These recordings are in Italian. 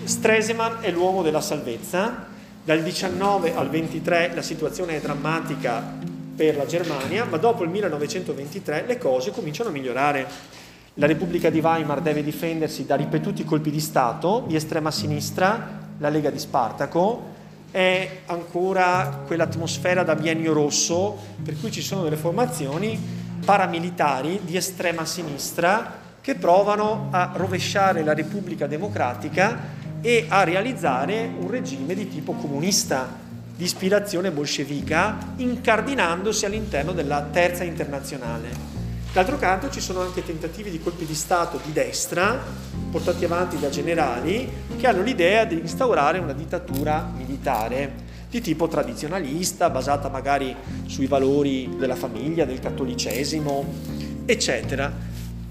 Stresemann è l'uomo della salvezza. Dal 19 al 23 la situazione è drammatica per la Germania, ma dopo il 1923 le cose cominciano a migliorare. La Repubblica di Weimar deve difendersi da ripetuti colpi di Stato di estrema sinistra, la Lega di Spartaco, è ancora quell'atmosfera da biennio rosso, per cui ci sono delle formazioni paramilitari di estrema sinistra che provano a rovesciare la Repubblica Democratica e a realizzare un regime di tipo comunista, di ispirazione bolscevica, incardinandosi all'interno della Terza Internazionale. D'altro canto ci sono anche tentativi di colpi di Stato di destra, portati avanti da generali, che hanno l'idea di instaurare una dittatura militare di tipo tradizionalista, basata magari sui valori della famiglia, del cattolicesimo, eccetera.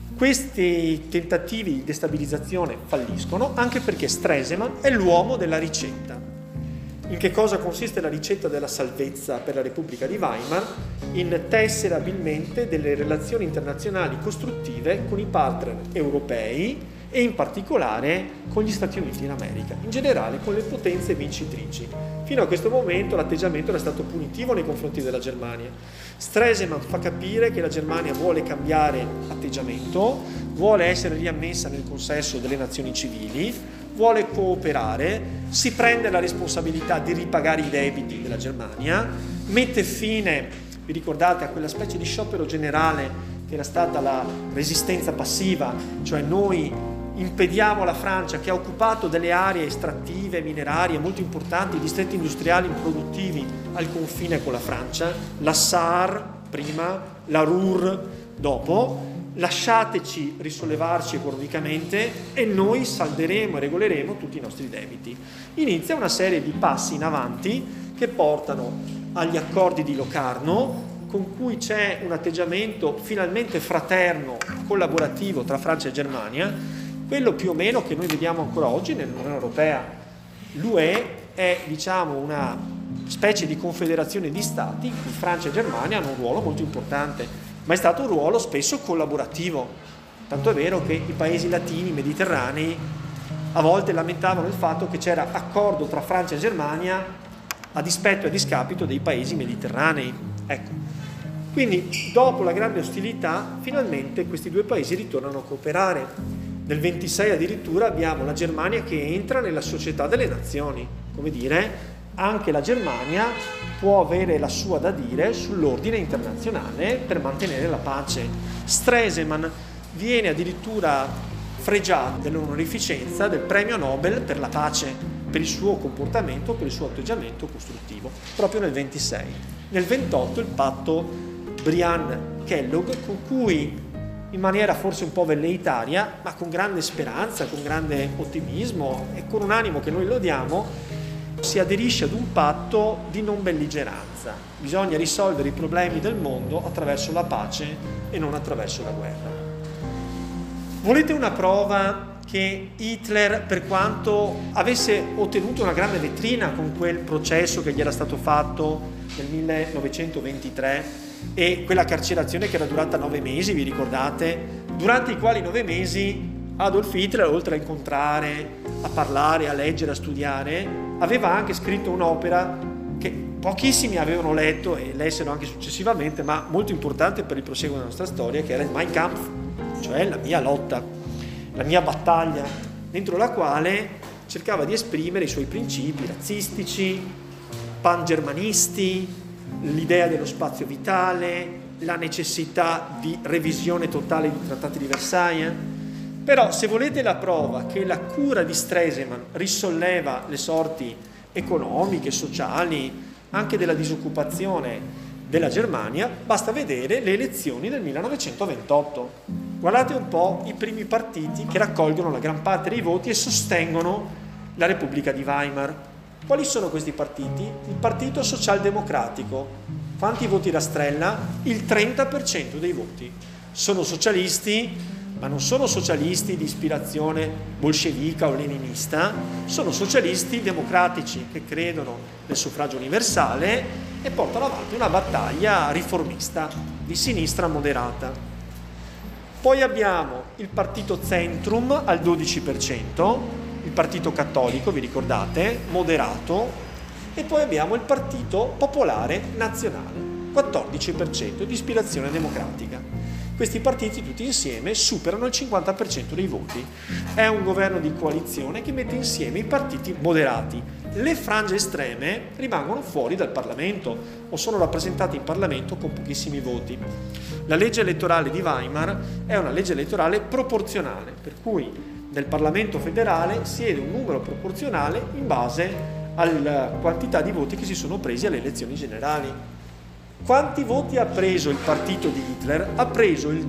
Questi tentativi di destabilizzazione falliscono anche perché Stresemann è l'uomo della ricetta. In che cosa consiste la ricetta della salvezza per la Repubblica di Weimar? In tessere abilmente delle relazioni internazionali costruttive con i partner europei e in particolare con gli Stati Uniti d'America, in generale con le potenze vincitrici. Fino a questo momento l'atteggiamento era stato punitivo nei confronti della Germania. Stresemann fa capire che la Germania vuole cambiare atteggiamento, vuole essere riammessa nel consesso delle nazioni civili, vuole cooperare, si prende la responsabilità di ripagare i debiti della Germania, mette fine, vi ricordate, a quella specie di sciopero generale che era stata la resistenza passiva, cioè noi impediamo alla Francia, che ha occupato delle aree estrattive, minerarie molto importanti, distretti industriali improduttivi al confine con la Francia, la Sarre prima, la Ruhr dopo, lasciateci risollevarci economicamente e noi salderemo e regoleremo tutti i nostri debiti. Inizia una serie di passi in avanti che portano agli accordi di Locarno, con cui c'è un atteggiamento finalmente fraterno, collaborativo tra Francia e Germania, quello più o meno che noi vediamo ancora oggi nell'Unione Europea. L'UE è, diciamo, una specie di confederazione di stati in cui Francia e Germania hanno un ruolo molto importante, ma è stato un ruolo spesso collaborativo, tanto è vero che i paesi latini, mediterranei, a volte lamentavano il fatto che c'era accordo tra Francia e Germania a dispetto e a discapito dei paesi mediterranei. Ecco. Quindi, dopo la grande ostilità, finalmente questi due paesi ritornano a cooperare. Nel 26 addirittura abbiamo la Germania che entra nella società delle nazioni, come dire, anche la Germania può avere la sua da dire sull'ordine internazionale per mantenere la pace. Stresemann viene addirittura fregiato dell'onorificenza del premio Nobel per la pace, per il suo comportamento, per il suo atteggiamento costruttivo, proprio nel 26. Nel 28 il patto Briand-Kellogg, con cui in maniera forse un po' velleitaria, ma con grande speranza, con grande ottimismo e con un animo che noi lodiamo, si aderisce ad un patto di non belligeranza. Bisogna risolvere i problemi del mondo attraverso la pace e non attraverso la guerra. Volete una prova che Hitler, per quanto avesse ottenuto una grande vetrina con quel processo che gli era stato fatto nel 1923 e quella carcerazione che era durata 9 mesi, vi ricordate? Durante i quali 9 mesi Adolf Hitler, oltre a incontrare, a parlare, a leggere, a studiare, aveva anche scritto un'opera che pochissimi avevano letto e lessero anche successivamente, ma molto importante per il proseguo della nostra storia, che era il Mein Kampf, cioè la mia lotta, la mia battaglia, dentro la quale cercava di esprimere i suoi principi razzistici, pangermanisti, l'idea dello spazio vitale, la necessità di revisione totale dei trattati di Versailles. Però se volete la prova che la cura di Stresemann risolleva le sorti economiche, sociali, anche della disoccupazione della Germania, basta vedere le elezioni del 1928. Guardate un po' i primi partiti che raccolgono la gran parte dei voti e sostengono la Repubblica di Weimar. Quali sono questi partiti? Il Partito Socialdemocratico. Quanti voti rastrella? Il 30% dei voti. Sono socialisti, ma non sono socialisti di ispirazione bolscevica o leninista, sono socialisti democratici che credono nel suffragio universale e portano avanti una battaglia riformista di sinistra moderata. Poi abbiamo il partito Zentrum al 12% il partito cattolico, vi ricordate, moderato, e poi abbiamo il partito popolare nazionale, 14% di ispirazione democratica. Questi partiti tutti insieme superano il 50% dei voti. È un governo di coalizione che mette insieme i partiti moderati. Le frange estreme rimangono fuori dal Parlamento o sono rappresentate in Parlamento con pochissimi voti. La legge elettorale di Weimar è una legge elettorale proporzionale, per cui nel Parlamento federale siede un numero proporzionale in base alla quantità di voti che si sono presi alle elezioni generali. Quanti voti ha preso il partito di Hitler? Ha preso il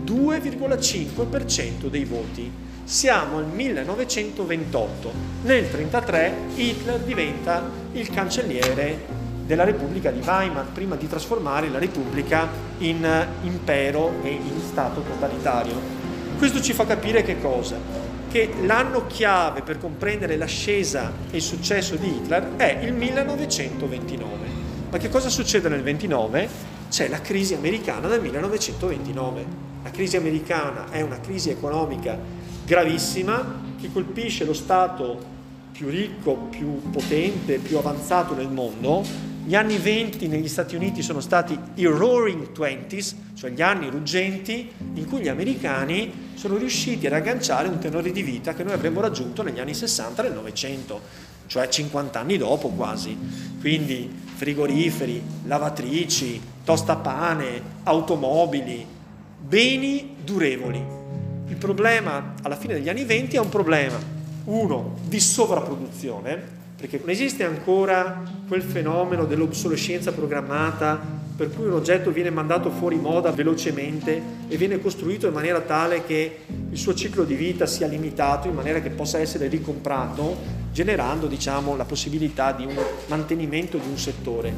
2,5% dei voti. Siamo al 1928. Nel 1933 Hitler diventa il cancelliere della Repubblica di Weimar, prima di trasformare la Repubblica in impero e in stato totalitario. Questo ci fa capire che cosa? Che l'anno chiave per comprendere l'ascesa e il successo di Hitler è il 1929. Ma che cosa succede nel 29? C'è la crisi americana del 1929. La crisi americana è una crisi economica gravissima che colpisce lo Stato più ricco, più potente, più avanzato nel mondo. Gli anni 20 negli Stati Uniti sono stati i Roaring Twenties, cioè gli anni ruggenti, in cui gli americani sono riusciti ad agganciare un tenore di vita che noi avremmo raggiunto negli anni 60 del Novecento, cioè 50 anni dopo quasi. Quindi frigoriferi, lavatrici, tostapane, automobili, beni durevoli. Il problema alla fine degli anni 20 è un problema, uno, di sovrapproduzione, perché non esiste ancora quel fenomeno dell'obsolescenza programmata per cui un oggetto viene mandato fuori moda velocemente e viene costruito in maniera tale che il suo ciclo di vita sia limitato in maniera che possa essere ricomprato, generando, diciamo, la possibilità di un mantenimento di un settore.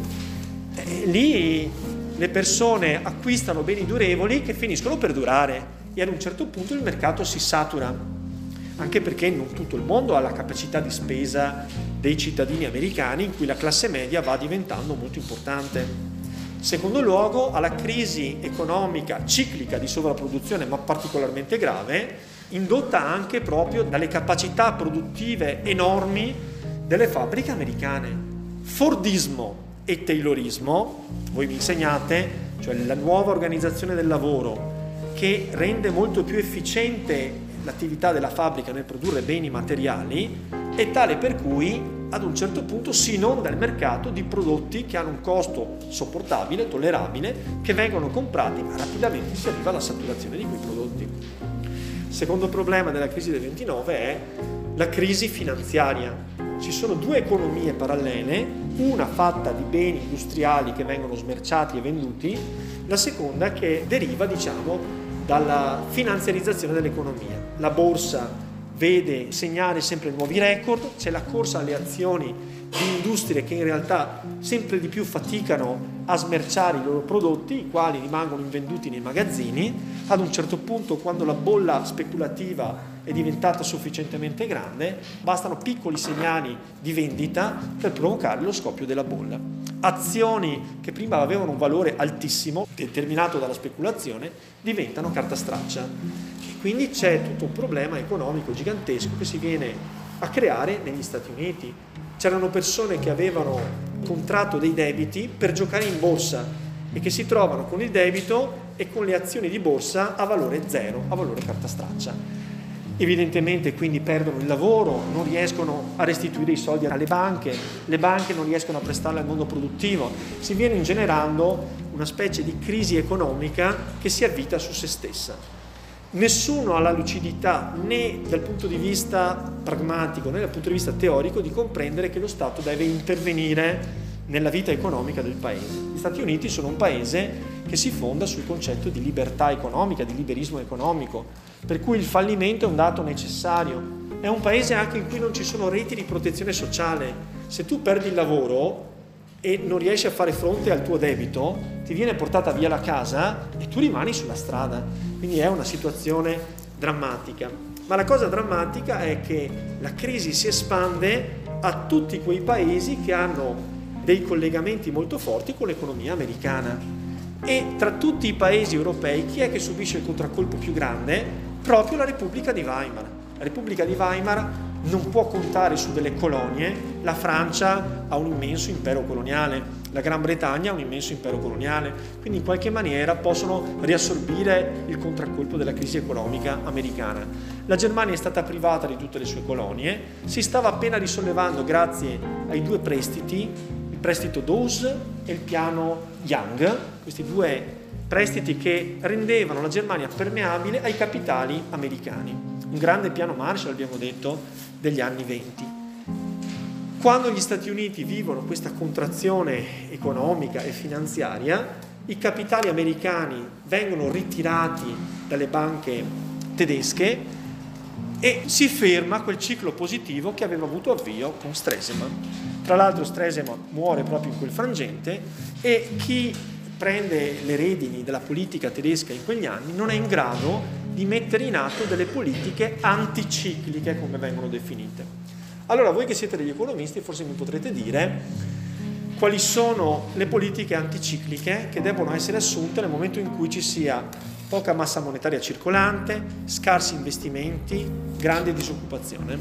Lì le persone acquistano beni durevoli che finiscono per durare e ad un certo punto il mercato si satura, anche perché non tutto il mondo ha la capacità di spesa dei cittadini americani, in cui la classe media va diventando molto importante. In secondo luogo, alla crisi economica ciclica di sovrapproduzione, ma particolarmente grave, indotta anche proprio dalle capacità produttive enormi delle fabbriche americane. Fordismo e Taylorismo, voi mi insegnate, cioè la nuova organizzazione del lavoro che rende molto più efficiente l'attività della fabbrica nel produrre beni materiali, è tale per cui ad un certo punto si inonda il mercato di prodotti che hanno un costo sopportabile, tollerabile, che vengono comprati, ma rapidamente si arriva alla saturazione di quei prodotti. Il secondo problema della crisi del 29 è la crisi finanziaria. Ci sono due economie parallele, una fatta di beni industriali che vengono smerciati e venduti, la seconda che deriva, diciamo, dalla finanziarizzazione dell'economia. La borsa vede segnare sempre nuovi record, c'è la corsa alle azioni di industrie che in realtà sempre di più faticano a smerciare i loro prodotti, i quali rimangono invenduti nei magazzini. Ad un certo punto, quando la bolla speculativa è diventata sufficientemente grande, bastano piccoli segnali di vendita per provocare lo scoppio della bolla. Azioni che prima avevano un valore altissimo, determinato dalla speculazione, diventano carta straccia. E quindi c'è tutto un problema economico gigantesco che si viene a creare negli Stati Uniti. C'erano persone che avevano contratto dei debiti per giocare in borsa e che si trovano con il debito e con le azioni di borsa a valore zero, a valore carta straccia. Evidentemente quindi perdono il lavoro, non riescono a restituire i soldi alle banche, le banche non riescono a prestarli al mondo produttivo, si viene ingenerando una specie di crisi economica che si avvita su se stessa. Nessuno ha la lucidità né dal punto di vista pragmatico né dal punto di vista teorico di comprendere che lo Stato deve intervenire nella vita economica del paese. Gli Stati Uniti sono un paese che si fonda sul concetto di libertà economica, di liberismo economico, per cui il fallimento è un dato necessario. È un paese anche in cui non ci sono reti di protezione sociale. Se tu perdi il lavoro e non riesci a fare fronte al tuo debito, ti viene portata via la casa e tu rimani sulla strada. Quindi è una situazione drammatica. Ma la cosa drammatica è che la crisi si espande a tutti quei paesi che hanno dei collegamenti molto forti con l'economia americana. E tra tutti i paesi europei chi è che subisce il contraccolpo più grande? Proprio la Repubblica di Weimar. La Repubblica di Weimar non può contare su delle colonie, la Francia ha un immenso impero coloniale, la Gran Bretagna ha un immenso impero coloniale, quindi in qualche maniera possono riassorbire il contraccolpo della crisi economica americana. La Germania è stata privata di tutte le sue colonie, si stava appena risollevando grazie ai due prestiti, il prestito Dawes e il piano Young, questi due prestiti che rendevano la Germania permeabile ai capitali americani. Un grande piano Marshall, abbiamo detto, degli anni 20. Quando gli Stati Uniti vivono questa contrazione economica e finanziaria, i capitali americani vengono ritirati dalle banche tedesche e si ferma quel ciclo positivo che aveva avuto avvio con Stresemann. Tra l'altro Stresemann muore proprio in quel frangente e chi prende le redini della politica tedesca in quegli anni non è in grado di mettere in atto delle politiche anticicliche, come vengono definite. Allora, voi che siete degli economisti, forse mi potrete dire quali sono le politiche anticicliche che devono essere assunte nel momento in cui ci sia poca massa monetaria circolante, scarsi investimenti, grande disoccupazione.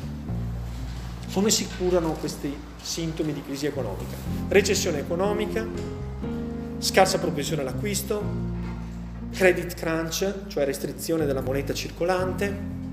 Come si curano questi sintomi di crisi economica? Recessione economica, scarsa propensione all'acquisto, credit crunch, cioè restrizione della moneta circolante.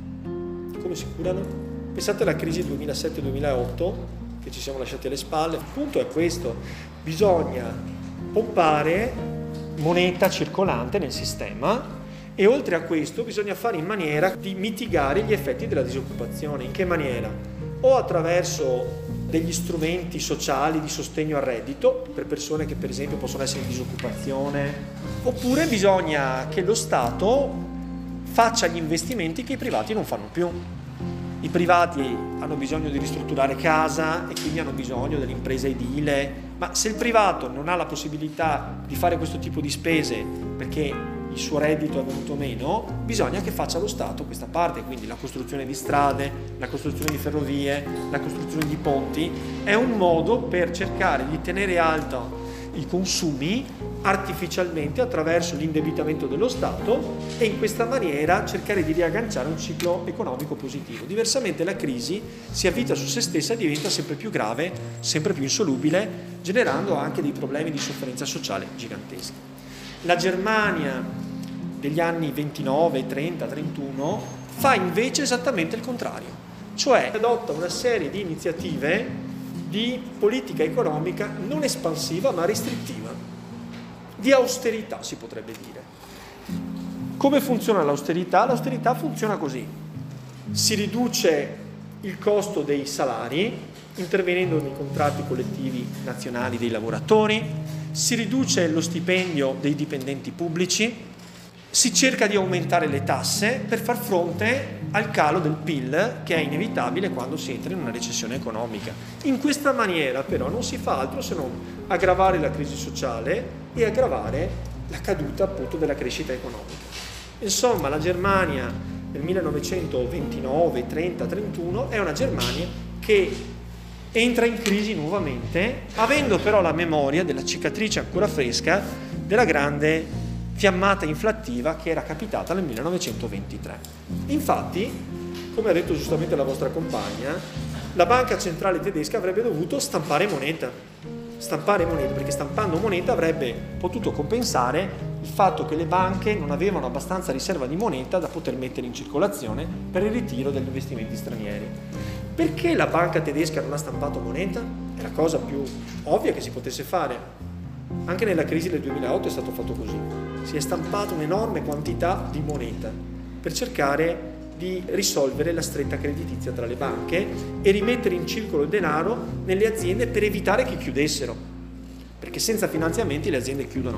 Come si curano? Pensate alla crisi 2007-2008 che ci siamo lasciati alle spalle. Il punto è questo: bisogna pompare moneta circolante nel sistema e oltre a questo bisogna fare in maniera di mitigare gli effetti della disoccupazione. In che maniera? O attraverso degli strumenti sociali di sostegno al reddito per persone che per esempio possono essere in disoccupazione, oppure bisogna che lo Stato faccia gli investimenti che i privati non fanno più. I privati hanno bisogno di ristrutturare casa e quindi hanno bisogno dell'impresa edile, ma se il privato non ha la possibilità di fare questo tipo di spese perché il suo reddito è venuto meno, bisogna che faccia lo Stato questa parte, quindi la costruzione di strade, la costruzione di ferrovie, la costruzione di ponti. È un modo per cercare di tenere alto i consumi artificialmente attraverso l'indebitamento dello Stato e in questa maniera cercare di riagganciare un ciclo economico positivo. Diversamente la crisi si avvita su se stessa e diventa sempre più grave, sempre più insolubile, generando anche dei problemi di sofferenza sociale giganteschi. La Germania degli anni 29, 30, 31 fa invece esattamente il contrario, cioè adotta una serie di iniziative di politica economica non espansiva ma restrittiva, di austerità si potrebbe dire. Come funziona l'austerità? L'austerità funziona così: si riduce il costo dei salari intervenendo nei contratti collettivi nazionali dei lavoratori, si riduce lo stipendio dei dipendenti pubblici, si cerca di aumentare le tasse per far fronte al calo del PIL che è inevitabile quando si entra in una recessione economica. In questa maniera però non si fa altro se non aggravare la crisi sociale e aggravare la caduta appunto della crescita economica. Insomma, la Germania del 1929, 30, 31 è una Germania che entra in crisi nuovamente, avendo però la memoria della cicatrice ancora fresca della grande fiammata inflattiva che era capitata nel 1923. Infatti, come ha detto giustamente la vostra compagna, la banca centrale tedesca avrebbe dovuto stampare moneta, perché stampando moneta avrebbe potuto compensare il fatto che le banche non avevano abbastanza riserva di moneta da poter mettere in circolazione per il ritiro degli investimenti stranieri. Perché la banca tedesca non ha stampato moneta? È la cosa più ovvia che si potesse fare. Anche nella crisi del 2008 è stato fatto così. Si è stampata un'enorme quantità di moneta per cercare di risolvere la stretta creditizia tra le banche e rimettere in circolo il denaro nelle aziende per evitare che chiudessero, perché senza finanziamenti le aziende chiudono.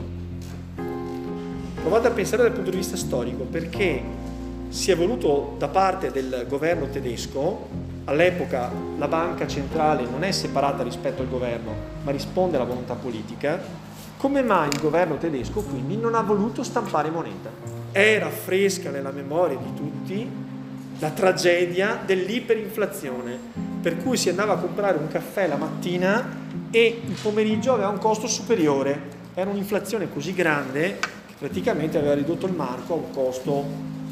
Provate a pensare dal punto di vista storico perché si è voluto da parte del governo tedesco. All'epoca la banca centrale non è separata rispetto al governo, ma risponde alla volontà politica. Come mai il governo tedesco quindi non ha voluto stampare moneta? Era fresca nella memoria di tutti la tragedia dell'iperinflazione, per cui si andava a comprare un caffè la mattina e il pomeriggio aveva un costo superiore. Era un'inflazione così grande che praticamente aveva ridotto il marco a un costo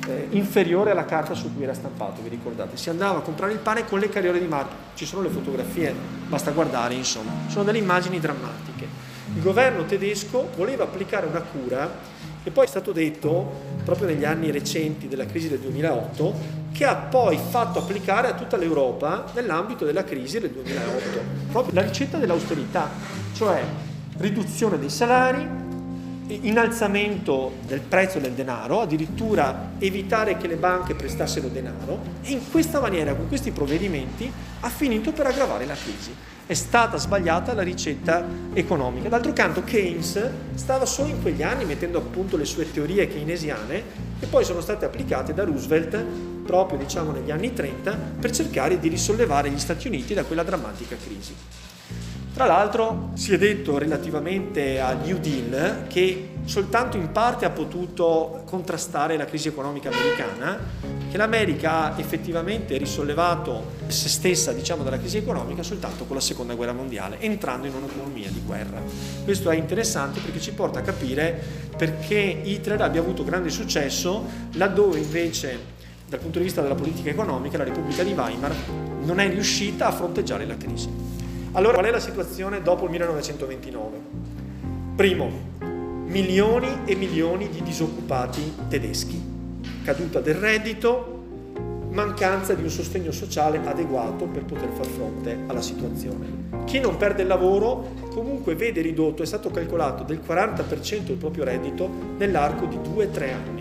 inferiore alla carta su cui era stampato, vi ricordate? Si andava a comprare il pane con le carriole di marmo, ci sono le fotografie, basta guardare, insomma, sono delle immagini drammatiche. Il governo tedesco voleva applicare una cura che poi è stato detto proprio negli anni recenti della crisi del 2008, che ha poi fatto applicare a tutta l'Europa nell'ambito della crisi del 2008, proprio la ricetta dell'austerità, cioè riduzione dei salari, innalzamento del prezzo del denaro, addirittura evitare che le banche prestassero denaro, e in questa maniera, con questi provvedimenti, ha finito per aggravare la crisi. È stata sbagliata la ricetta economica. D'altro canto Keynes stava solo in quegli anni mettendo a punto le sue teorie keynesiane, che poi sono state applicate da Roosevelt proprio negli anni 30 per cercare di risollevare gli Stati Uniti da quella drammatica crisi. Tra l'altro si è detto relativamente al New Deal che soltanto in parte ha potuto contrastare la crisi economica americana, che l'America ha effettivamente risollevato se stessa, dalla crisi economica soltanto con la Seconda Guerra Mondiale, entrando in un'economia di guerra. Questo è interessante perché ci porta a capire perché Hitler abbia avuto grande successo laddove invece, dal punto di vista della politica economica, la Repubblica di Weimar non è riuscita a fronteggiare la crisi. Allora, qual è la situazione dopo il 1929? Primo, milioni e milioni di disoccupati tedeschi, caduta del reddito, mancanza di un sostegno sociale adeguato per poter far fronte alla situazione. Chi non perde il lavoro comunque vede ridotto, è stato calcolato, del 40% del proprio reddito nell'arco di 2-3 anni.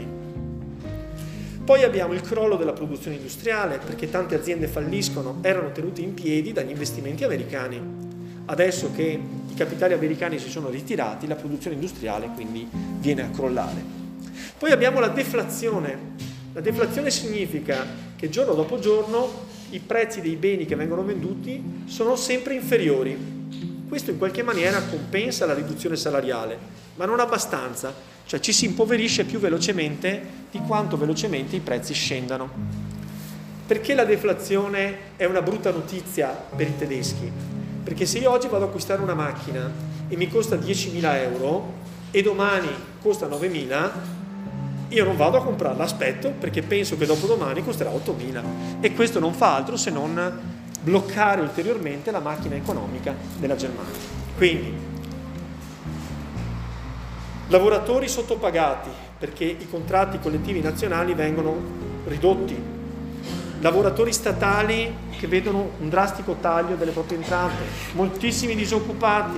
Poi abbiamo il crollo della produzione industriale, perché tante aziende falliscono, erano tenute in piedi dagli investimenti americani. Adesso che i capitali americani si sono ritirati, la produzione industriale quindi viene a crollare. Poi abbiamo la deflazione. La deflazione significa che giorno dopo giorno i prezzi dei beni che vengono venduti sono sempre inferiori. Questo in qualche maniera compensa la riduzione salariale, ma non abbastanza. Cioè ci si impoverisce più velocemente di quanto velocemente i prezzi scendano. Perché la deflazione è una brutta notizia per i tedeschi? Perché se io oggi vado ad acquistare una macchina e mi costa 10.000 euro e domani costa 9.000, io non vado a comprarla, aspetto, perché penso che dopodomani costerà 8.000. E questo non fa altro se non bloccare ulteriormente la macchina economica della Germania. Quindi lavoratori sottopagati perché i contratti collettivi nazionali vengono ridotti, lavoratori statali che vedono un drastico taglio delle proprie entrate, moltissimi disoccupati,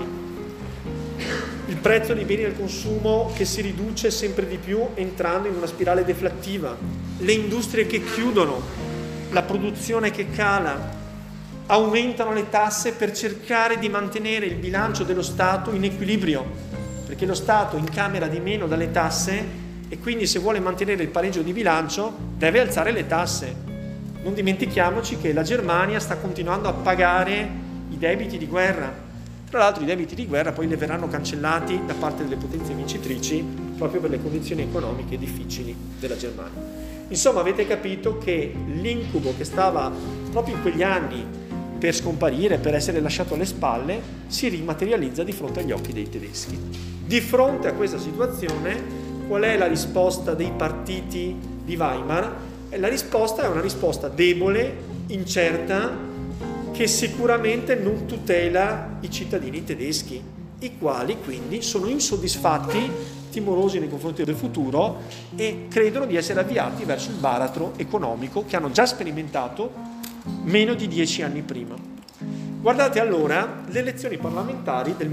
il prezzo dei beni del consumo che si riduce sempre di più entrando in una spirale deflattiva, le industrie che chiudono, la produzione che cala, aumentano le tasse per cercare di mantenere il bilancio dello Stato in equilibrio, perché lo Stato incamera di meno dalle tasse e quindi se vuole mantenere il pareggio di bilancio deve alzare le tasse. Non dimentichiamoci che la Germania sta continuando a pagare i debiti di guerra. Tra l'altro i debiti di guerra poi le verranno cancellati da parte delle potenze vincitrici proprio per le condizioni economiche difficili della Germania. Insomma, avete capito che l'incubo che stava proprio in quegli anni per scomparire, per essere lasciato alle spalle, si rimaterializza di fronte agli occhi dei tedeschi. Di fronte a questa situazione, qual è la risposta dei partiti di Weimar? La risposta è una risposta debole, incerta, che sicuramente non tutela i cittadini tedeschi, i quali quindi sono insoddisfatti, timorosi nei confronti del futuro e credono di essere avviati verso il baratro economico che hanno già sperimentato meno di 10 anni prima. Guardate allora le elezioni parlamentari del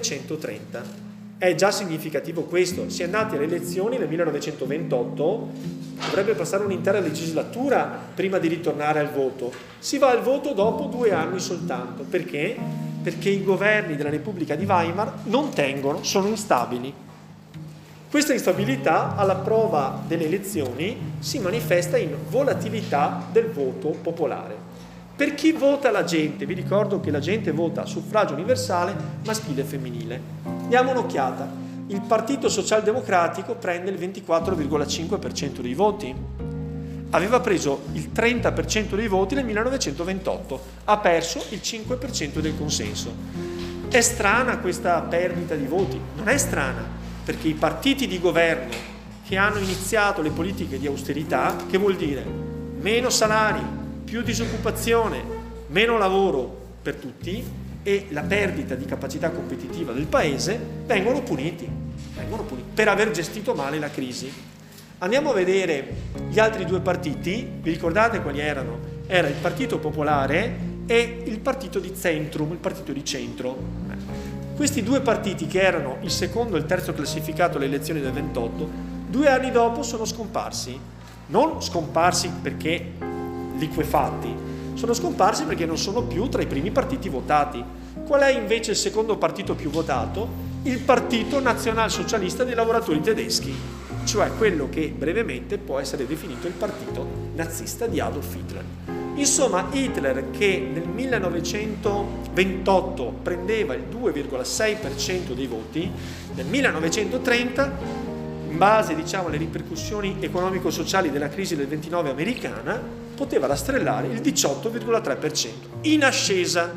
1930. È già significativo questo. Si è andati alle elezioni nel 1928, dovrebbe passare un'intera legislatura prima di ritornare al voto. Si va al voto dopo 2 anni soltanto. Perché? Perché i governi della Repubblica di Weimar non tengono, sono instabili. Questa instabilità, alla prova delle elezioni, si manifesta in volatilità del voto popolare. Per chi vota la gente? Vi ricordo che la gente vota a suffragio universale maschile e femminile. Diamo un'occhiata. Il Partito Socialdemocratico prende il 24,5% dei voti. Aveva preso il 30% dei voti nel 1928, ha perso il 5% del consenso. È strana questa perdita di voti? Non è strana, perché i partiti di governo che hanno iniziato le politiche di austerità, che vuol dire meno salari, più disoccupazione, meno lavoro per tutti e la perdita di capacità competitiva del paese, vengono puniti per aver gestito male la crisi. Andiamo a vedere gli altri due partiti. Vi ricordate quali erano? Era il Partito Popolare e il Partito di Centrum, il partito di centro. Questi due partiti, che erano il secondo e il terzo classificato alle elezioni del 28, 2 anni dopo sono scomparsi. Non scomparsi perché liquefatti, sono scomparsi perché non sono più tra i primi partiti votati. Qual è invece il secondo partito più votato? Il Partito Nazionalsocialista dei Lavoratori Tedeschi, cioè quello che brevemente può essere definito il partito nazista di Adolf Hitler. Insomma, Hitler, che nel 1928 prendeva il 2,6% dei voti, nel 1930, in base alle ripercussioni economico-sociali della crisi del 29 americana, poteva rastrellare il 18,3%, in ascesa.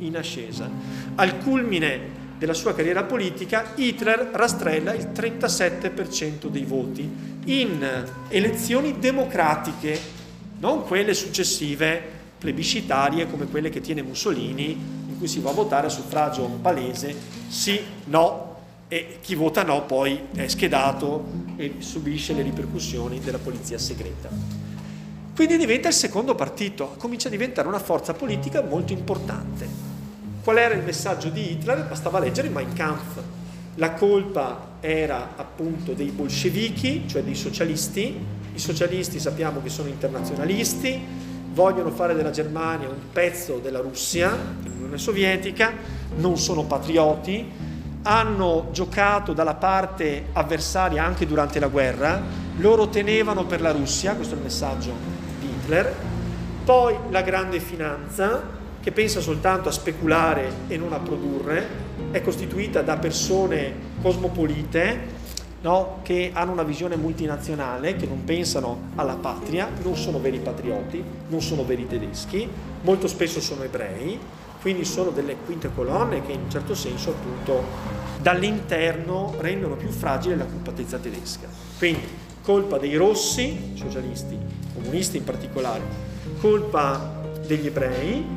Al culmine della sua carriera politica, Hitler rastrella il 37% dei voti in elezioni democratiche, non quelle successive plebiscitarie come quelle che tiene Mussolini, in cui si va a votare a suffragio palese, sì, no, e chi vota no poi è schedato e subisce le ripercussioni della polizia segreta. Quindi diventa il secondo partito, comincia a diventare una forza politica molto importante. Qual era il messaggio di Hitler? Bastava leggere Mein Kampf. La colpa era appunto dei bolscevichi, cioè dei socialisti. I socialisti sappiamo che sono internazionalisti, vogliono fare della Germania un pezzo della Russia, dell'Unione Sovietica, non sono patrioti, hanno giocato dalla parte avversaria anche durante la guerra, loro tenevano per la Russia, questo è il messaggio di Hitler. Poi la grande finanza, che pensa soltanto a speculare e non a produrre, è costituita da persone cosmopolite, no? Che hanno una visione multinazionale, che non pensano alla patria, non sono veri patrioti, non sono veri tedeschi, molto spesso sono ebrei, quindi sono delle quinte colonne che in un certo senso appunto dall'interno rendono più fragile la compattezza tedesca. Quindi colpa dei rossi, socialisti, comunisti in particolare, colpa degli ebrei,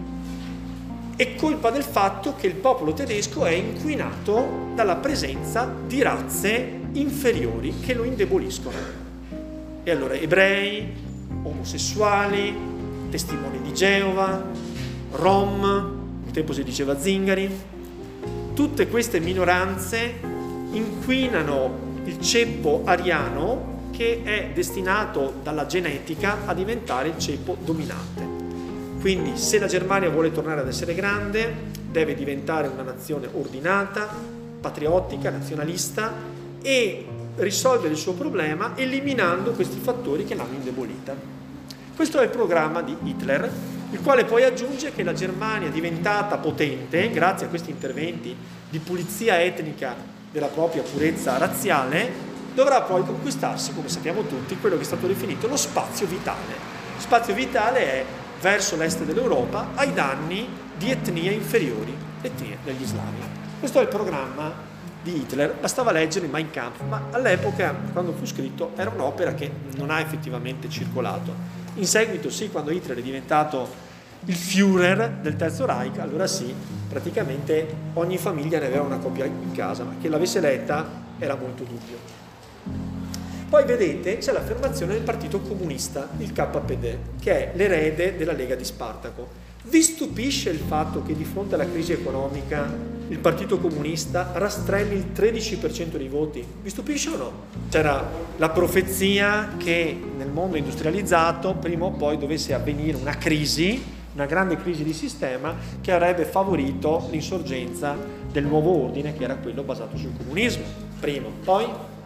è colpa del fatto che il popolo tedesco è inquinato dalla presenza di razze inferiori che lo indeboliscono. E allora ebrei, omosessuali, testimoni di Geova, rom, un tempo si diceva zingari, tutte queste minoranze inquinano il ceppo ariano, che è destinato dalla genetica a diventare il ceppo dominante. Quindi se la Germania vuole tornare ad essere grande, deve diventare una nazione ordinata, patriottica, nazionalista e risolvere il suo problema eliminando questi fattori che l'hanno indebolita. Questo è il programma di Hitler, il quale poi aggiunge che la Germania, diventata potente, grazie a questi interventi di pulizia etnica della propria purezza razziale, dovrà poi conquistarsi, come sappiamo tutti, quello che è stato definito lo spazio vitale. Lo spazio vitale è verso l'est dell'Europa ai danni di etnie inferiori, etnie degli slavi. Questo è il programma di Hitler, bastava leggere Mein Kampf, ma all'epoca, quando fu scritto, era un'opera che non ha effettivamente circolato. In seguito sì, quando Hitler è diventato il Führer del Terzo Reich, allora sì, praticamente ogni famiglia ne aveva una copia in casa, ma che l'avesse letta era molto dubbio. Poi vedete c'è l'affermazione del Partito Comunista, il KPD, che è l'erede della Lega di Spartaco. Vi stupisce il fatto che di fronte alla crisi economica il Partito Comunista rastrelli il 13% dei voti? Vi stupisce o no? C'era la profezia che nel mondo industrializzato prima o poi dovesse avvenire una crisi, una grande crisi di sistema che avrebbe favorito l'insorgenza del nuovo ordine, che era quello basato sul comunismo. Primo, poi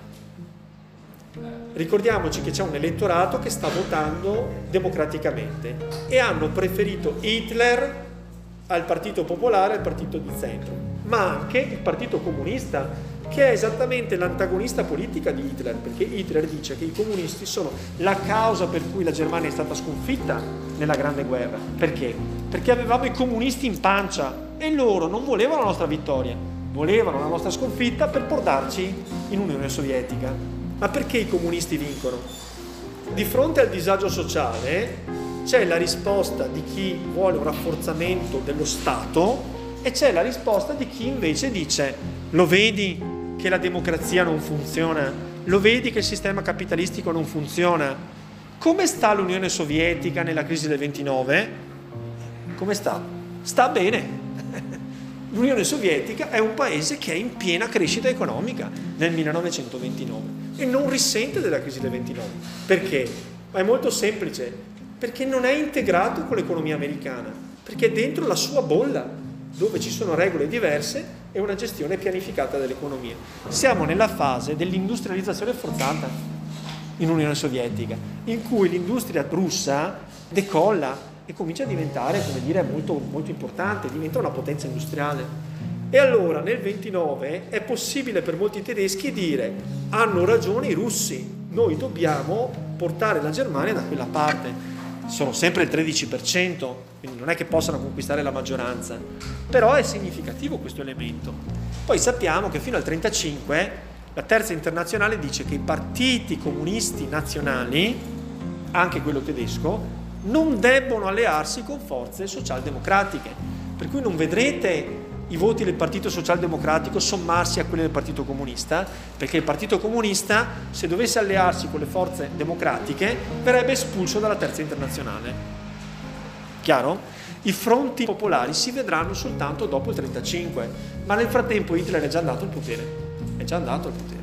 ricordiamoci che c'è un elettorato che sta votando democraticamente e hanno preferito Hitler al Partito Popolare e al Partito di Centro, ma anche il Partito Comunista, che è esattamente l'antagonista politica di Hitler, perché Hitler dice che i comunisti sono la causa per cui la Germania è stata sconfitta nella Grande Guerra. Perché? Perché avevamo i comunisti in pancia e loro non volevano la nostra vittoria, volevano la nostra sconfitta per portarci in Unione Sovietica. Ma perché i comunisti vincono? Di fronte al disagio sociale c'è la risposta di chi vuole un rafforzamento dello Stato e c'è la risposta di chi invece dice: lo vedi che la democrazia non funziona? Lo vedi che il sistema capitalistico non funziona? Come sta l'Unione Sovietica nella crisi del 29? Come sta? Sta bene. L'Unione Sovietica è un paese che è in piena crescita economica nel 1929 e non risente della crisi del 29. Perché? Ma è molto semplice, perché non è integrato con l'economia americana, perché è dentro la sua bolla, dove ci sono regole diverse e una gestione pianificata dell'economia. Siamo nella fase dell'industrializzazione forzata in Unione Sovietica, in cui l'industria russa decolla e comincia a diventare, come dire, molto, molto importante, diventa una potenza industriale. E allora nel 29 è possibile per molti tedeschi dire: hanno ragione i russi, noi dobbiamo portare la Germania da quella parte. Sono sempre il 13%, quindi non è che possano conquistare la maggioranza, però è significativo questo elemento. Poi sappiamo che fino al 1935 la Terza Internazionale dice che i partiti comunisti nazionali, anche quello tedesco, non debbono allearsi con forze socialdemocratiche, per cui non vedrete i voti del Partito Socialdemocratico sommarsi a quelli del Partito Comunista, perché il Partito Comunista, se dovesse allearsi con le forze democratiche, verrebbe espulso dalla Terza Internazionale. Chiaro? I fronti popolari si vedranno soltanto dopo il 1935, ma nel frattempo Hitler è già andato al potere. È già andato al potere.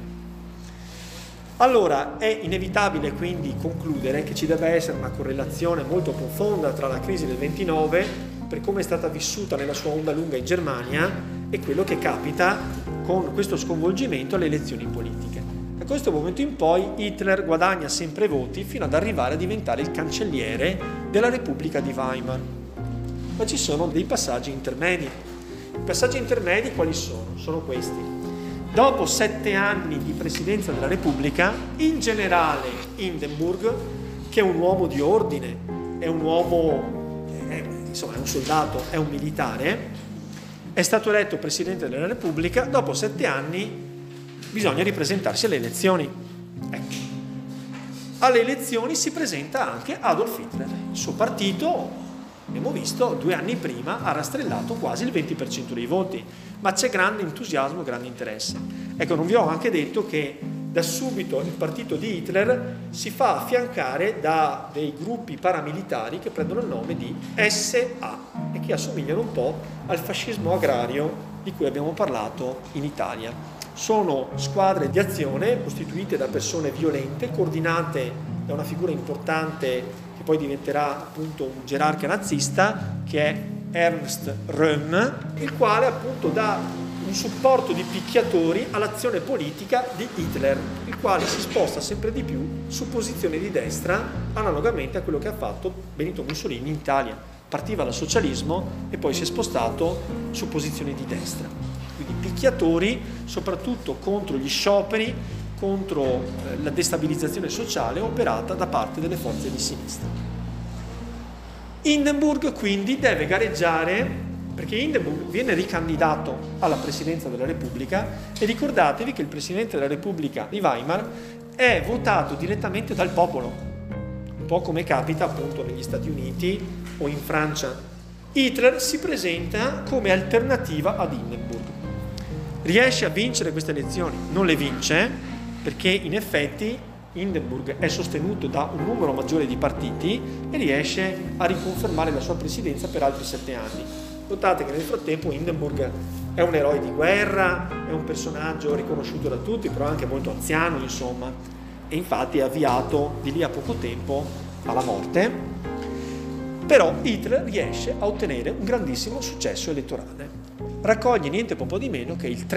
Allora, è inevitabile quindi concludere che ci deve essere una correlazione molto profonda tra la crisi del 29, per come è stata vissuta nella sua onda lunga in Germania, e quello che capita con questo sconvolgimento alle elezioni politiche. Da questo momento in poi Hitler guadagna sempre voti fino ad arrivare a diventare il cancelliere della Repubblica di Weimar. Ma ci sono dei passaggi intermedi. I passaggi intermedi quali sono? Sono questi. Dopo 7 anni di presidenza della Repubblica, il generale Hindenburg, che è un uomo di ordine, è un uomo, insomma è un soldato, è un militare, è stato eletto presidente della Repubblica. Dopo 7 anni bisogna ripresentarsi alle elezioni. Ecco. Alle elezioni si presenta anche Adolf Hitler. Il suo partito, abbiamo visto, 2 anni prima ha rastrellato quasi il 20% dei voti, ma c'è grande entusiasmo, grande interesse. Ecco, non vi ho anche detto che da subito il partito di Hitler si fa affiancare da dei gruppi paramilitari che prendono il nome di SA e che assomigliano un po' al fascismo agrario di cui abbiamo parlato in Italia. Sono squadre di azione costituite da persone violente, coordinate da una figura importante che poi diventerà appunto un gerarca nazista, che è Ernst Röhm, il quale appunto dà un supporto di picchiatori all'azione politica di Hitler, il quale si sposta sempre di più su posizioni di destra, analogamente a quello che ha fatto Benito Mussolini in Italia. Partiva dal socialismo e poi si è spostato su posizioni di destra. Quindi picchiatori soprattutto contro gli scioperi, contro la destabilizzazione sociale operata da parte delle forze di sinistra. Hindenburg quindi deve gareggiare, perché Hindenburg viene ricandidato alla presidenza della Repubblica, e ricordatevi che il presidente della Repubblica di Weimar è votato direttamente dal popolo, un po' come capita appunto negli Stati Uniti o in Francia. Hitler si presenta come alternativa ad Hindenburg. Riesce a vincere queste elezioni? Non le vince, perché in effetti Hindenburg è sostenuto da un numero maggiore di partiti e riesce a riconfermare la sua presidenza per altri 7 anni. Notate che nel frattempo Hindenburg è un eroe di guerra, è un personaggio riconosciuto da tutti, però anche molto anziano, insomma, e infatti è avviato di lì a poco tempo alla morte. Però Hitler riesce a ottenere un grandissimo successo elettorale. Raccoglie niente poco di meno che il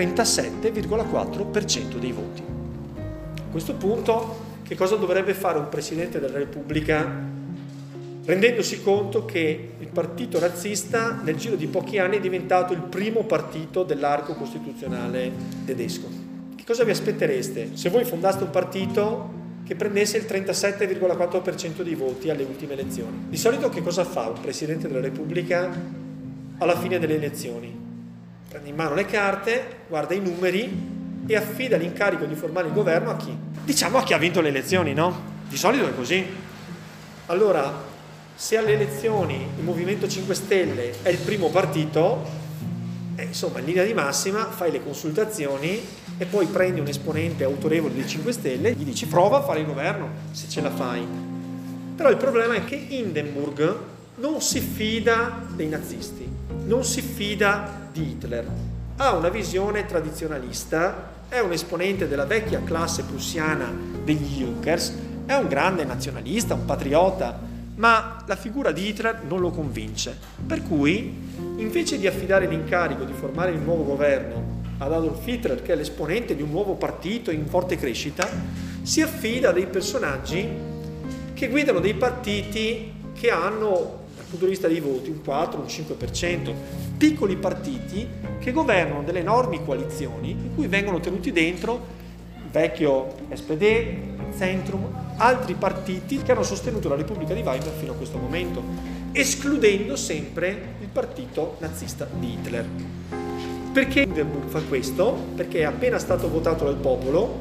37,4% dei voti. A questo punto, che cosa dovrebbe fare un Presidente della Repubblica, rendendosi conto che il partito nazista nel giro di pochi anni è diventato il primo partito dell'arco costituzionale tedesco? Che cosa vi aspettereste se voi fondaste un partito che prendesse il 37,4% dei voti alle ultime elezioni? Di solito che cosa fa un Presidente della Repubblica alla fine delle elezioni? Prende in mano le carte, guarda i numeri e affida l'incarico di formare il governo a chi? diciamo a chi ha vinto le elezioni, no? Di solito è così. Allora, se alle elezioni il Movimento 5 Stelle è il primo partito, insomma, in linea di massima fai le consultazioni e poi prendi un esponente autorevole dei 5 Stelle e gli dici prova a fare il governo, se ce la fai. Però il problema è che Hindenburg non si fida dei nazisti, non si fida di Hitler, ha una visione tradizionalista, è un esponente della vecchia classe prussiana degli Junkers, è un grande nazionalista, un patriota, ma la figura di Hitler non lo convince. Per cui, invece di affidare l'incarico di formare il nuovo governo ad Adolf Hitler, che è l'esponente di un nuovo partito in forte crescita, si affida a dei personaggi che guidano dei partiti che hanno, dal punto di vista dei voti, un 4, un 5%, piccoli partiti che governano delle enormi coalizioni in cui vengono tenuti dentro il vecchio SPD, il Zentrum, altri partiti che hanno sostenuto la Repubblica di Weimar fino a questo momento, escludendo sempre il partito nazista di Hitler. Perché Hindenburg fa questo? Perché è appena stato votato dal popolo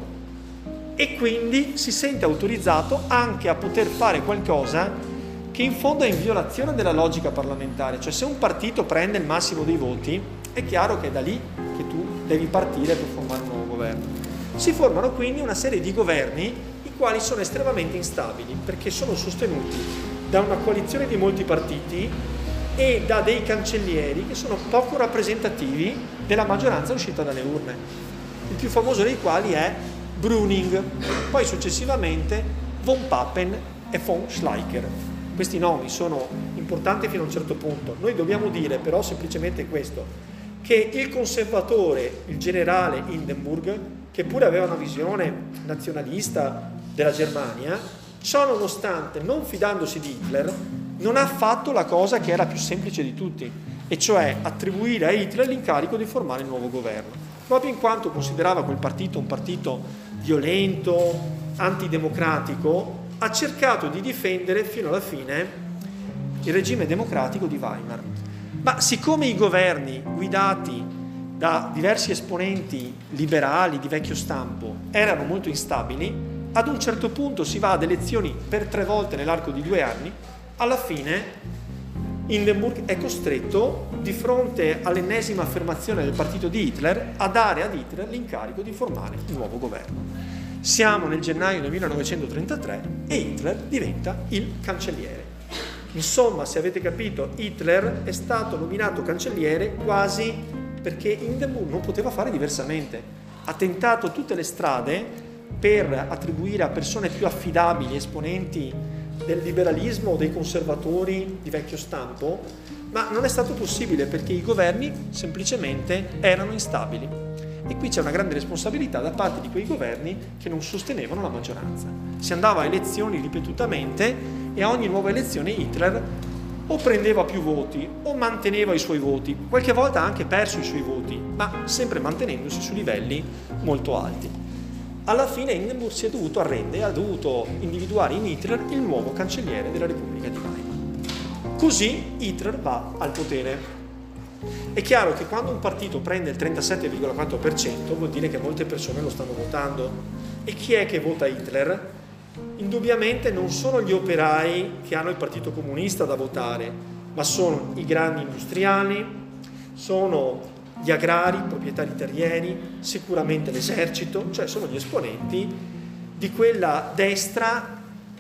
e quindi si sente autorizzato anche a poter fare qualcosa che in fondo è in violazione della logica parlamentare. Cioè, se un partito prende il massimo dei voti, è chiaro che è da lì che tu devi partire per formare un nuovo governo. Si formano quindi una serie di governi i quali sono estremamente instabili perché sono sostenuti da una coalizione di molti partiti e da dei cancellieri che sono poco rappresentativi della maggioranza uscita dalle urne, il più famoso dei quali è Brüning, poi successivamente von Papen e von Schleicher. Questi nomi sono importanti fino a un certo punto. Noi dobbiamo dire però semplicemente questo, che il conservatore, il generale Hindenburg, che pure aveva una visione nazionalista della Germania, ciò nonostante, non fidandosi di Hitler, non ha fatto la cosa che era più semplice di tutti, e cioè attribuire a Hitler l'incarico di formare il nuovo governo, proprio in quanto considerava quel partito un partito violento, antidemocratico. Ha cercato di difendere fino alla fine il regime democratico di Weimar. Ma siccome i governi guidati da diversi esponenti liberali di vecchio stampo erano molto instabili, ad un certo punto si va ad elezioni per 3 volte nell'arco di 2 anni, alla fine Hindenburg è costretto, di fronte all'ennesima affermazione del partito di Hitler, a dare ad Hitler l'incarico di formare il nuovo governo. Siamo nel gennaio del 1933 e Hitler diventa il cancelliere. Insomma, se avete capito, Hitler è stato nominato cancelliere quasi perché Hindenburg non poteva fare diversamente. Ha tentato tutte le strade per attribuire a persone più affidabili, esponenti del liberalismo o dei conservatori di vecchio stampo, ma non è stato possibile perché i governi semplicemente erano instabili. E qui c'è una grande responsabilità da parte di quei governi che non sostenevano la maggioranza. Si andava a elezioni ripetutamente e a ogni nuova elezione Hitler o prendeva più voti o manteneva i suoi voti, qualche volta ha anche perso i suoi voti, ma sempre mantenendosi su livelli molto alti. Alla fine Hindenburg si è dovuto arrendere e ha dovuto individuare in Hitler il nuovo cancelliere della Repubblica di Weimar. Così Hitler va al potere. È chiaro che quando un partito prende il 37,4% vuol dire che molte persone lo stanno votando. E chi è che vota Hitler? Indubbiamente non sono gli operai che hanno il Partito Comunista da votare, ma sono i grandi industriali, sono gli agrari, i proprietari terrieri, sicuramente l'esercito, cioè sono gli esponenti di quella destra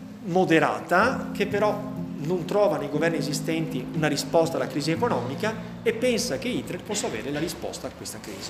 moderata che però non trova nei governi esistenti una risposta alla crisi economica e pensa che Hitler possa avere la risposta a questa crisi.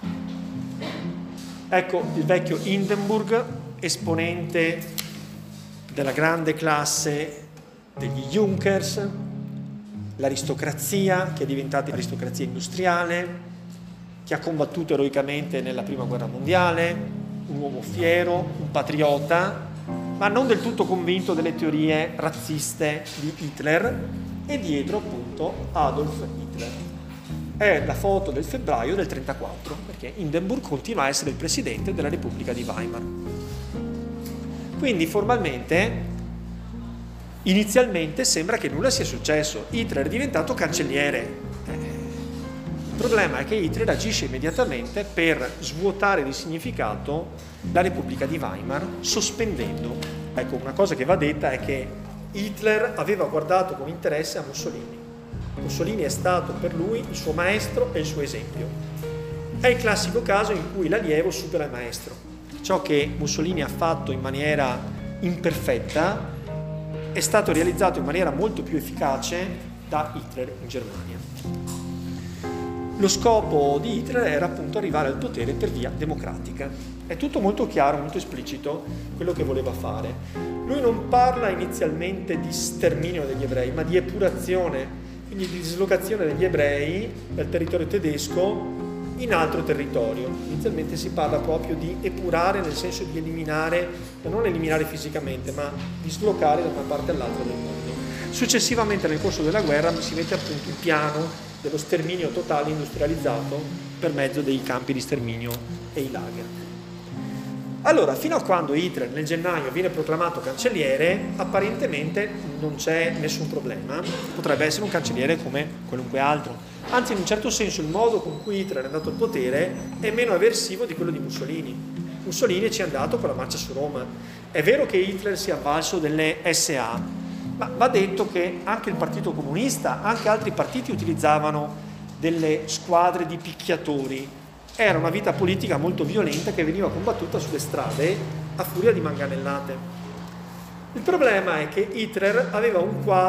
Ecco il vecchio Hindenburg, esponente della grande classe degli Junkers, l'aristocrazia che è diventata aristocrazia industriale, che ha combattuto eroicamente nella Prima Guerra Mondiale, un uomo fiero, un patriota, ma non del tutto convinto delle teorie razziste di Hitler, e dietro appunto Adolf Hitler. È la foto del febbraio del 1934, perché Hindenburg continua a essere il presidente della Repubblica di Weimar. Quindi formalmente, inizialmente sembra che nulla sia successo. Hitler è diventato cancelliere. Il problema è che Hitler agisce immediatamente per svuotare di significato la Repubblica di Weimar, sospendendo. Ecco, una cosa che va detta è che Hitler aveva guardato con interesse a Mussolini. Mussolini è stato per lui il suo maestro e il suo esempio. È il classico caso in cui l'allievo supera il maestro. Ciò che Mussolini ha fatto in maniera imperfetta è stato realizzato in maniera molto più efficace da Hitler in Germania. Lo scopo di Hitler era appunto arrivare al potere per via democratica. È tutto molto chiaro, molto esplicito quello che voleva fare. Lui non parla inizialmente di sterminio degli ebrei, ma di epurazione, quindi di dislocazione degli ebrei dal territorio tedesco in altro territorio. Inizialmente si parla proprio di epurare, nel senso di eliminare, non eliminare fisicamente, ma dislocare da una parte all'altra del mondo. Successivamente nel corso della guerra si mette appunto il piano dello sterminio totale industrializzato per mezzo dei campi di sterminio e i lager. Allora, fino a quando Hitler nel gennaio viene proclamato cancelliere, apparentemente non c'è nessun problema, potrebbe essere un cancelliere come qualunque altro. Anzi, in un certo senso il modo con cui Hitler è andato al potere è meno avversivo di quello di Mussolini. Mussolini ci è andato con la marcia su Roma. È vero che Hitler si è avvalso delle SA, ma va detto che anche il Partito Comunista, anche altri partiti utilizzavano delle squadre di picchiatori. Era una vita politica molto violenta che veniva combattuta sulle strade a furia di manganellate. Il problema è che Hitler aveva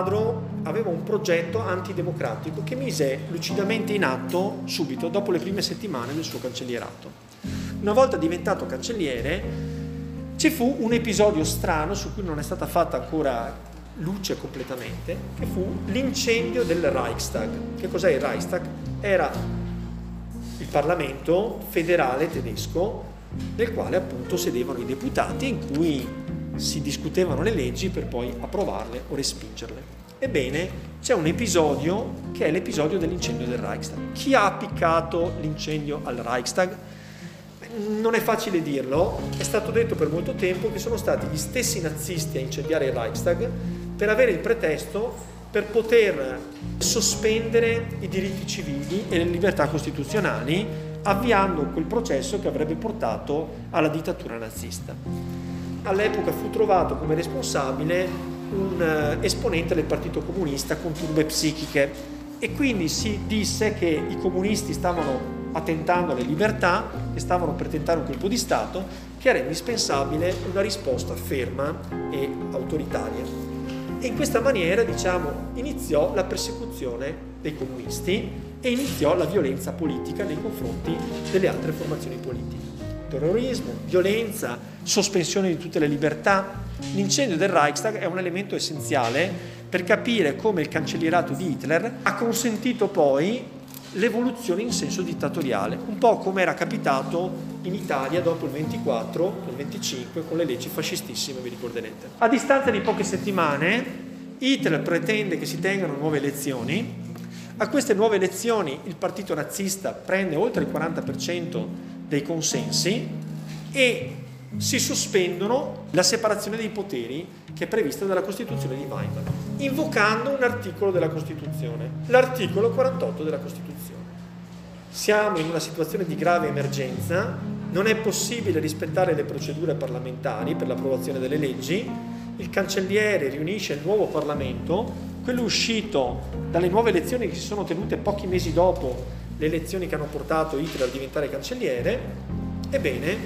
un progetto antidemocratico che mise lucidamente in atto subito dopo le prime settimane del suo cancellierato. Una volta diventato cancelliere ci fu un episodio strano su cui non è stata fatta ancora luce completamente, che fu l'incendio del Reichstag. Che cos'è il Reichstag? Era il Parlamento federale tedesco nel quale appunto sedevano i deputati, in cui si discutevano le leggi per poi approvarle o respingerle. Ebbene, c'è un episodio che è l'episodio dell'incendio del Reichstag. Chi ha appiccato l'incendio al Reichstag? Non è facile dirlo, è stato detto per molto tempo che sono stati gli stessi nazisti a incendiare il Reichstag per avere il pretesto per poter sospendere i diritti civili e le libertà costituzionali, avviando quel processo che avrebbe portato alla dittatura nazista. All'epoca fu trovato come responsabile un esponente del Partito Comunista con turbe psichiche e quindi si disse che i comunisti stavano attentando alle libertà, che stavano per tentare un colpo di Stato, che era indispensabile una risposta ferma e autoritaria. E in questa maniera, iniziò la persecuzione dei comunisti e iniziò la violenza politica nei confronti delle altre formazioni politiche. Terrorismo, violenza, sospensione di tutte le libertà. L'incendio del Reichstag è un elemento essenziale per capire come il cancellierato di Hitler ha consentito poi l'evoluzione in senso dittatoriale, un po' come era capitato in Italia dopo il 24, il 25 con le leggi fascistissime, vi ricorderete. A distanza di poche settimane Hitler pretende che si tengano nuove elezioni. A queste nuove elezioni il partito nazista prende oltre il 40% dei consensi e si sospendono la separazione dei poteri che è prevista dalla Costituzione di Weimar, invocando un articolo della Costituzione, l'articolo 48 della Costituzione. Siamo in una situazione di grave emergenza, non è possibile rispettare le procedure parlamentari per l'approvazione delle leggi, il cancelliere riunisce il nuovo Parlamento, quello uscito dalle nuove elezioni che si sono tenute pochi mesi dopo le elezioni che hanno portato Hitler a diventare cancelliere. Ebbene,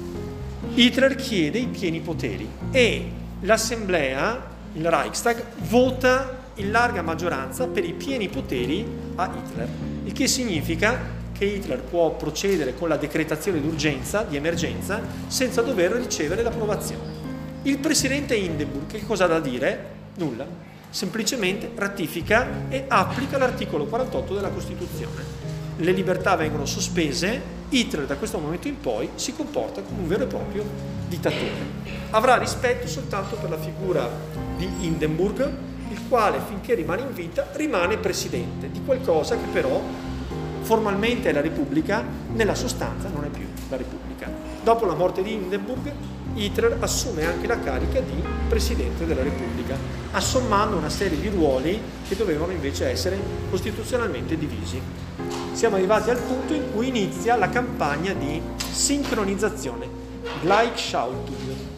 Hitler chiede i pieni poteri e l'Assemblea, il Reichstag, vota in larga maggioranza per i pieni poteri a Hitler, il che significa che Hitler può procedere con la decretazione d'urgenza, di emergenza, senza dover ricevere l'approvazione. Il presidente Hindenburg che cosa ha da dire? Nulla, semplicemente ratifica e applica l'articolo 48 della Costituzione. Le libertà vengono sospese, Hitler da questo momento in poi si comporta come un vero e proprio dittatore. Avrà rispetto soltanto per la figura di Hindenburg, il quale finché rimane in vita rimane presidente di qualcosa che però formalmente è la Repubblica, nella sostanza non è più la Repubblica. Dopo la morte di Hindenburg, Hitler assume anche la carica di Presidente della Repubblica, assommando una serie di ruoli che dovevano invece essere costituzionalmente divisi. Siamo arrivati al punto in cui inizia la campagna di sincronizzazione, Gleichschaltung,